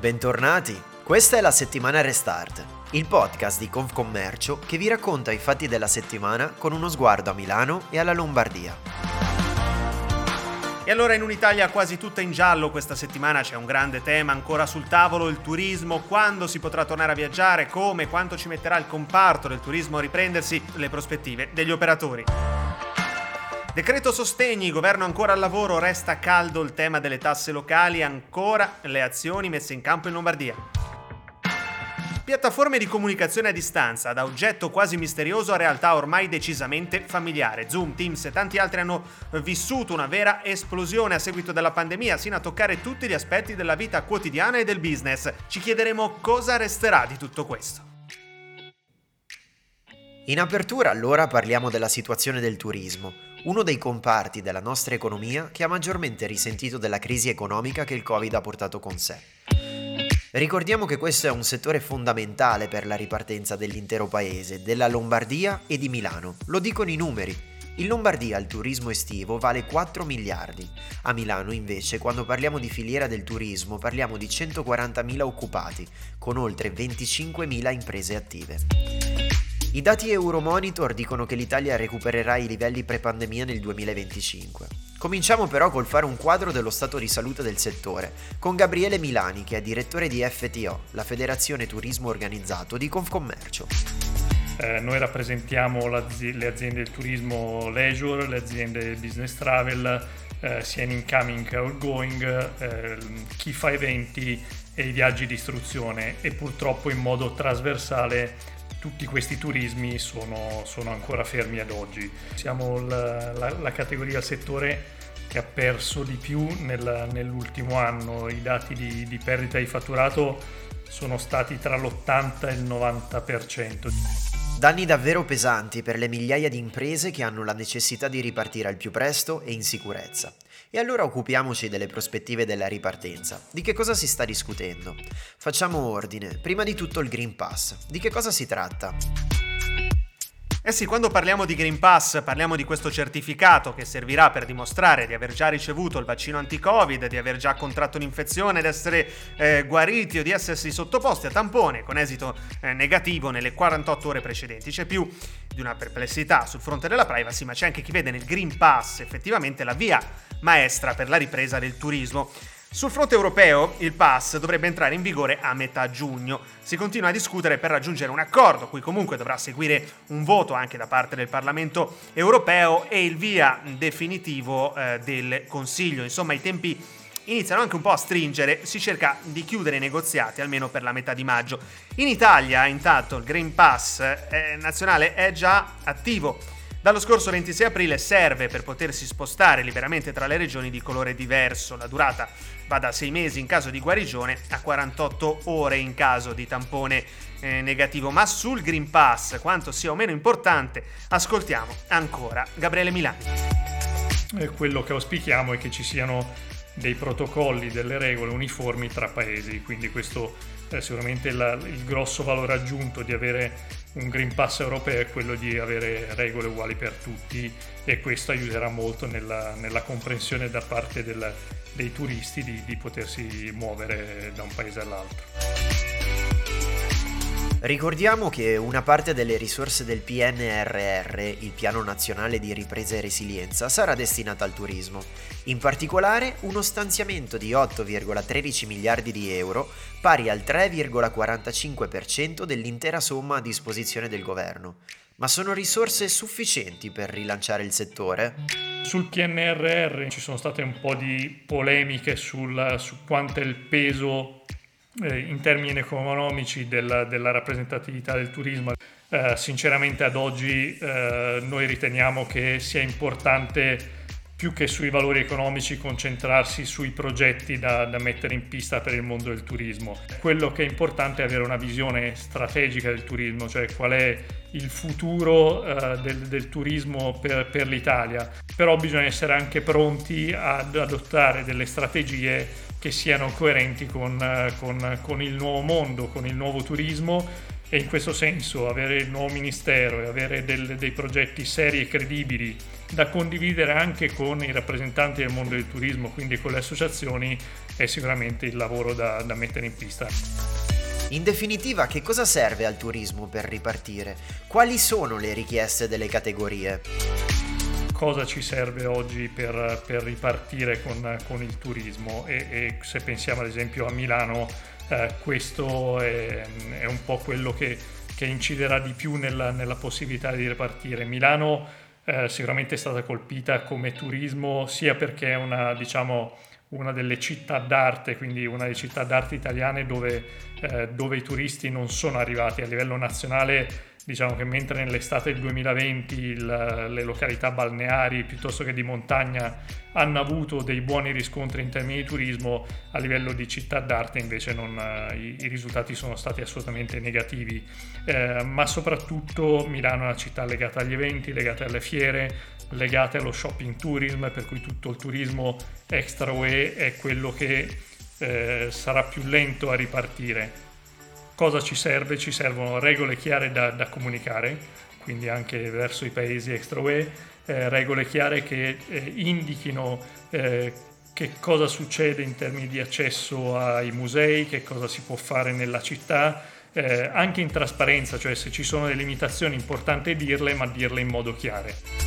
Bentornati, questa è la Settimana Restart, il podcast di Confcommercio che vi racconta i fatti della settimana con uno sguardo a Milano e alla Lombardia. E allora in un'Italia quasi tutta in giallo questa settimana c'è un grande tema ancora sul tavolo, il turismo, quando si potrà tornare a viaggiare, come, quanto ci metterà il comparto del turismo a riprendersi, le prospettive degli operatori. Decreto sostegni, governo ancora al lavoro, resta caldo il tema delle tasse locali, ancora le azioni messe in campo in Lombardia. Piattaforme di comunicazione a distanza, da oggetto quasi misterioso a realtà ormai decisamente familiare. Zoom, Teams e tanti altri hanno vissuto una vera esplosione a seguito della pandemia, sino a toccare tutti gli aspetti della vita quotidiana e del business. Ci chiederemo cosa resterà di tutto questo. In apertura allora parliamo della situazione del turismo, uno dei comparti della nostra economia che ha maggiormente risentito della crisi economica che il Covid ha portato con sé. Ricordiamo che questo è un settore fondamentale per la ripartenza dell'intero paese, della Lombardia e di Milano. Lo dicono i numeri. In Lombardia il turismo estivo vale 4 miliardi. A Milano invece, quando parliamo di filiera del turismo, parliamo di 140.000 occupati, con oltre 25.000 imprese attive. I dati Euromonitor dicono che l'Italia recupererà i livelli pre-pandemia nel 2025. Cominciamo però col fare un quadro dello stato di salute del settore, con Gabriele Milani, che è direttore di FTO, la Federazione Turismo Organizzato di Confcommercio. Noi rappresentiamo le aziende del turismo leisure, le aziende business travel, sia in incoming che outgoing, chi fa eventi e i viaggi di istruzione, e purtroppo in modo trasversale tutti questi turismi sono ancora fermi ad oggi. Siamo la categoria, il settore che ha perso di più nell'ultimo anno. I dati di perdita di fatturato sono stati tra l'80 e il 90%. Danni davvero pesanti per le migliaia di imprese che hanno la necessità di ripartire al più presto e in sicurezza. E allora occupiamoci delle prospettive della ripartenza. Di che cosa si sta discutendo? Facciamo ordine. Prima di tutto il Green Pass. Di che cosa si tratta? Sì, quando parliamo di Green Pass parliamo di questo certificato che servirà per dimostrare di aver già ricevuto il vaccino anti-Covid, di aver già contratto un'infezione, di essere guariti o di essersi sottoposti a tampone con esito negativo nelle 48 ore precedenti. C'è più di una perplessità sul fronte della privacy, ma c'è anche chi vede nel Green Pass effettivamente la via maestra per la ripresa del turismo. Sul fronte europeo il pass dovrebbe entrare in vigore a metà giugno. Si continua a discutere per raggiungere un accordo, cui comunque dovrà seguire un voto anche da parte del Parlamento europeo e il via definitivo del Consiglio. Insomma, i tempi iniziano anche un po' a stringere, si cerca di chiudere i negoziati almeno per la metà di maggio. In Italia, intanto, il Green Pass nazionale è già attivo. Dallo scorso 26 aprile serve per potersi spostare liberamente tra le regioni di colore diverso. La durata va da 6 mesi in caso di guarigione a 48 ore in caso di tampone negativo. Ma sul Green Pass, quanto sia o meno importante, ascoltiamo ancora Gabriele Milani. Quello che auspichiamo è che ci siano dei protocolli, delle regole uniformi tra paesi, quindi questo è sicuramente il grosso valore aggiunto di avere un Green Pass europeo, è quello di avere regole uguali per tutti, e questo aiuterà molto nella comprensione da parte dei turisti di potersi muovere da un paese all'altro. Ricordiamo che una parte delle risorse del PNRR, il Piano Nazionale di Ripresa e Resilienza, sarà destinata al turismo. In particolare uno stanziamento di 8,13 miliardi di euro, pari al 3,45% dell'intera somma a disposizione del governo. Ma sono risorse sufficienti per rilanciare il settore? Sul PNRR ci sono state un po' di polemiche su quanto è il peso in termini economici della rappresentatività del turismo. Sinceramente ad oggi noi riteniamo che sia importante, più che sui valori economici, concentrarsi sui progetti da mettere in pista per il mondo del turismo. Quello che è importante è avere una visione strategica del turismo, cioè qual è il futuro del turismo per l'Italia. Però bisogna essere anche pronti ad adottare delle strategie che siano coerenti con il nuovo mondo, con il nuovo turismo, e in questo senso avere il nuovo ministero e avere dei progetti seri e credibili da condividere anche con i rappresentanti del mondo del turismo, quindi con le associazioni, è sicuramente il lavoro da mettere in pista. In definitiva, che cosa serve al turismo per ripartire? Quali sono le richieste delle categorie? Cosa ci serve oggi per ripartire con il turismo? E se pensiamo ad esempio a Milano, questo è un po' quello che inciderà di più nella possibilità di ripartire. Milano sicuramente è stata colpita come turismo sia perché è una delle città d'arte, quindi una delle città d'arte italiane dove i turisti non sono arrivati a livello nazionale. Diciamo che mentre nell'estate del 2020 le località balneari piuttosto che di montagna hanno avuto dei buoni riscontri in termini di turismo, a livello di città d'arte invece i risultati sono stati assolutamente negativi, ma soprattutto Milano è una città legata agli eventi, legata alle fiere, legate allo shopping tourism, per cui tutto il turismo extra UE è quello che sarà più lento a ripartire. Cosa ci serve? Ci servono regole chiare da comunicare, quindi anche verso i paesi extra UE, regole chiare che indichino che cosa succede in termini di accesso ai musei, che cosa si può fare nella città, anche in trasparenza, cioè se ci sono delle limitazioni è importante dirle, ma dirle in modo chiaro.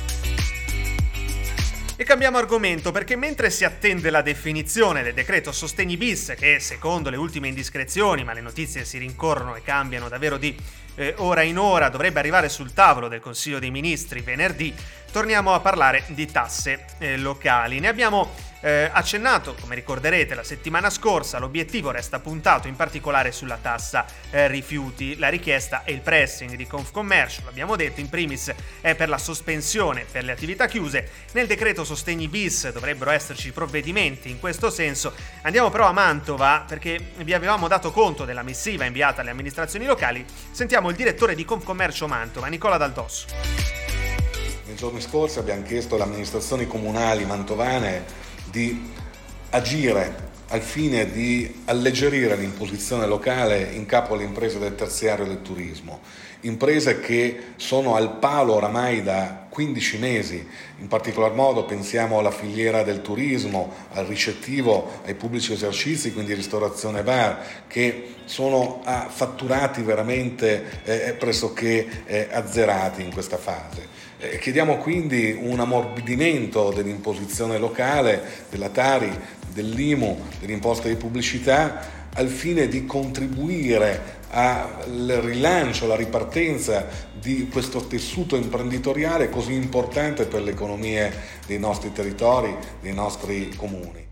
E cambiamo argomento perché mentre si attende la definizione del decreto sostegni bis, che secondo le ultime indiscrezioni, ma le notizie si rincorrono e cambiano davvero di ora in ora, dovrebbe arrivare sul tavolo del Consiglio dei Ministri venerdì, torniamo a parlare di tasse locali. Ne abbiamo accennato, come ricorderete, la settimana scorsa. L'obiettivo resta puntato in particolare sulla tassa rifiuti. La richiesta e il pressing di Confcommercio, l'abbiamo detto, in primis è per la sospensione per le attività chiuse. Nel decreto sostegni bis dovrebbero esserci provvedimenti in questo senso. Andiamo però a Mantova perché vi avevamo dato conto della missiva inviata alle amministrazioni locali. Sentiamo il direttore di Confcommercio Mantova, Nicola Dal Dosso. Nei giorni scorsi abbiamo chiesto alle amministrazioni comunali mantovane di agire al fine di alleggerire l'imposizione locale in capo alle imprese del terziario del turismo, imprese che sono al palo oramai da 15 mesi, in particolar modo pensiamo alla filiera del turismo, al ricettivo, ai pubblici esercizi, quindi ristorazione e bar, che sono a fatturati veramente pressoché azzerati in questa fase. Chiediamo quindi un ammorbidimento dell'imposizione locale, della Tari, dell'IMU, dell'imposta di pubblicità, al fine di contribuire al rilancio, alla ripartenza di questo tessuto imprenditoriale così importante per le economie dei nostri territori, dei nostri comuni.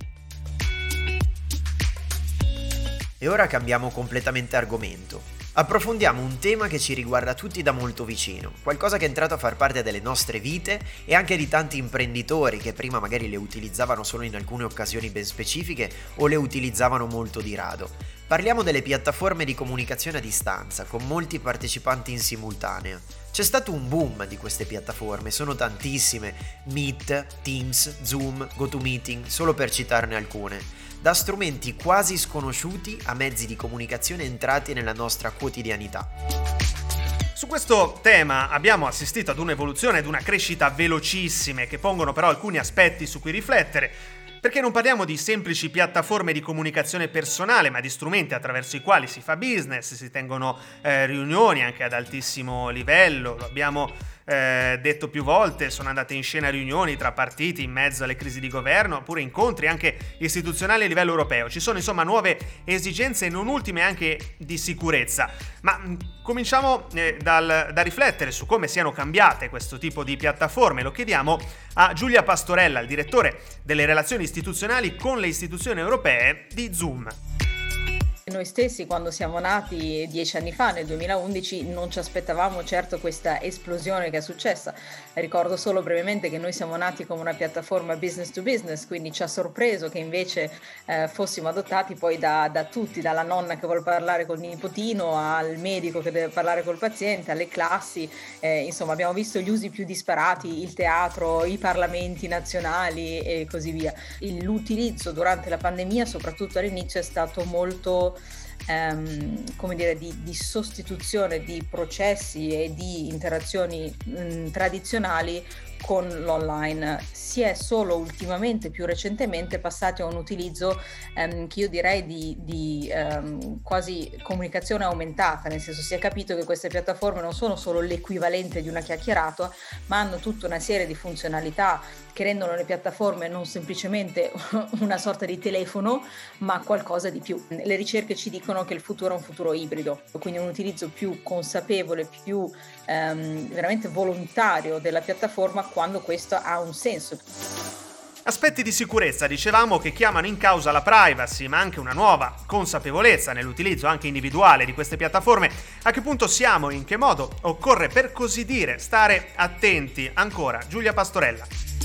E ora cambiamo completamente argomento. Approfondiamo un tema che ci riguarda tutti da molto vicino, qualcosa che è entrato a far parte delle nostre vite e anche di tanti imprenditori che prima magari le utilizzavano solo in alcune occasioni ben specifiche o le utilizzavano molto di rado. Parliamo delle piattaforme di comunicazione a distanza, con molti partecipanti in simultanea. C'è stato un boom di queste piattaforme, sono tantissime: Meet, Teams, Zoom, GoToMeeting, solo per citarne alcune. Da strumenti quasi sconosciuti a mezzi di comunicazione entrati nella nostra quotidianità. Su questo tema abbiamo assistito ad un'evoluzione ed una crescita velocissime che pongono però alcuni aspetti su cui riflettere, perché non parliamo di semplici piattaforme di comunicazione personale, ma di strumenti attraverso i quali si fa business, si tengono riunioni anche ad altissimo livello. Lo abbiamo detto più volte, sono andate in scena riunioni tra partiti in mezzo alle crisi di governo, oppure incontri anche istituzionali a livello europeo. Ci sono insomma nuove esigenze, non ultime anche di sicurezza. Ma cominciamo da riflettere su come siano cambiate questo tipo di piattaforme. Lo chiediamo a Giulia Pastorella, il direttore delle relazioni istituzionali con le istituzioni europee di Zoom. Noi stessi, quando siamo nati 10 anni fa, nel 2011, non ci aspettavamo certo questa esplosione che è successa. Ricordo solo brevemente che noi siamo nati come una piattaforma business to business, quindi ci ha sorpreso che invece fossimo adottati poi da tutti, dalla nonna che vuole parlare col nipotino al medico che deve parlare col paziente, alle classi. Insomma, abbiamo visto gli usi più disparati, il teatro, i parlamenti nazionali e così via. L'utilizzo durante la pandemia, soprattutto all'inizio, è stato molto come dire, di sostituzione di processi e di interazioni tradizionali con l'online. Si è solo ultimamente, più recentemente, passati a un utilizzo che io direi di quasi comunicazione aumentata, nel senso si è capito che queste piattaforme non sono solo l'equivalente di una chiacchierata, ma hanno tutta una serie di funzionalità che rendono le piattaforme non semplicemente una sorta di telefono, ma qualcosa di più. Le ricerche ci dicono che il futuro è un futuro ibrido, quindi un utilizzo più consapevole, più veramente volontario della piattaforma quando questo ha un senso. Aspetti di sicurezza, dicevamo, che chiamano in causa la privacy, ma anche una nuova consapevolezza nell'utilizzo anche individuale di queste piattaforme. A che punto siamo? In che modo occorre, per così dire, stare attenti? Ancora, Giulia Pastorella.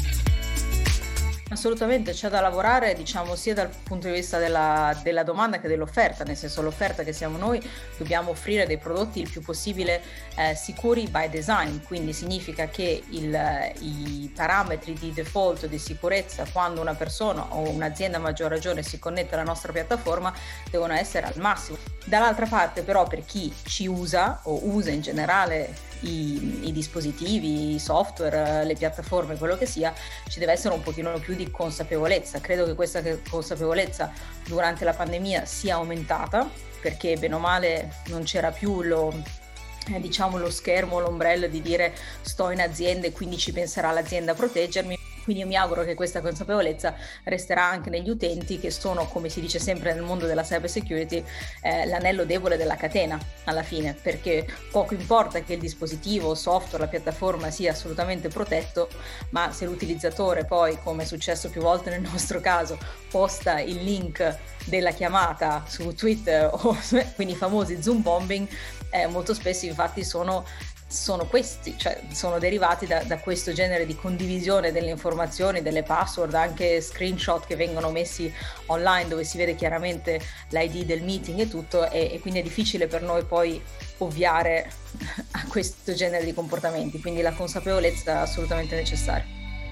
Assolutamente, c'è da lavorare, diciamo, sia dal punto di vista della domanda che dell'offerta, nel senso l'offerta che siamo noi, dobbiamo offrire dei prodotti il più possibile sicuri by design, quindi significa che i parametri di default di sicurezza quando una persona o un'azienda a maggior ragione si connette alla nostra piattaforma devono essere al massimo. Dall'altra parte però per chi ci usa o usa in generale i dispositivi, i software, le piattaforme, quello che sia, ci deve essere un pochino più di consapevolezza. Credo che questa consapevolezza durante la pandemia sia aumentata, perché bene o male non c'era più lo schermo, l'ombrello di dire sto in azienda e quindi ci penserà l'azienda a proteggermi. Quindi io mi auguro che questa consapevolezza resterà anche negli utenti, che sono, come si dice sempre nel mondo della cyber security, l'anello debole della catena alla fine, perché poco importa che il dispositivo, il software, la piattaforma sia assolutamente protetto, ma se l'utilizzatore poi, come è successo più volte nel nostro caso, posta il link della chiamata su Twitter, quindi i famosi Zoom bombing, molto spesso infatti sono questi, cioè sono derivati da questo genere di condivisione delle informazioni, delle password, anche screenshot che vengono messi online dove si vede chiaramente l'ID del meeting e tutto, e quindi è difficile per noi poi ovviare a questo genere di comportamenti, quindi la consapevolezza è assolutamente necessaria.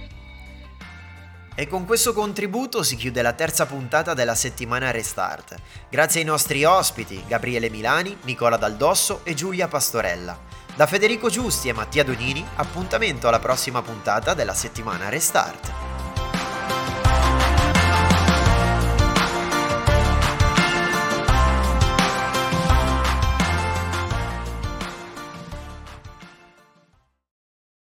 E con questo contributo si chiude la terza puntata della settimana Restart. Grazie ai nostri ospiti Gabriele Milani, Nicola Dal Dosso e Giulia Pastorella. Da Federico Giusti e Mattia Donini, appuntamento alla prossima puntata della settimana Restart.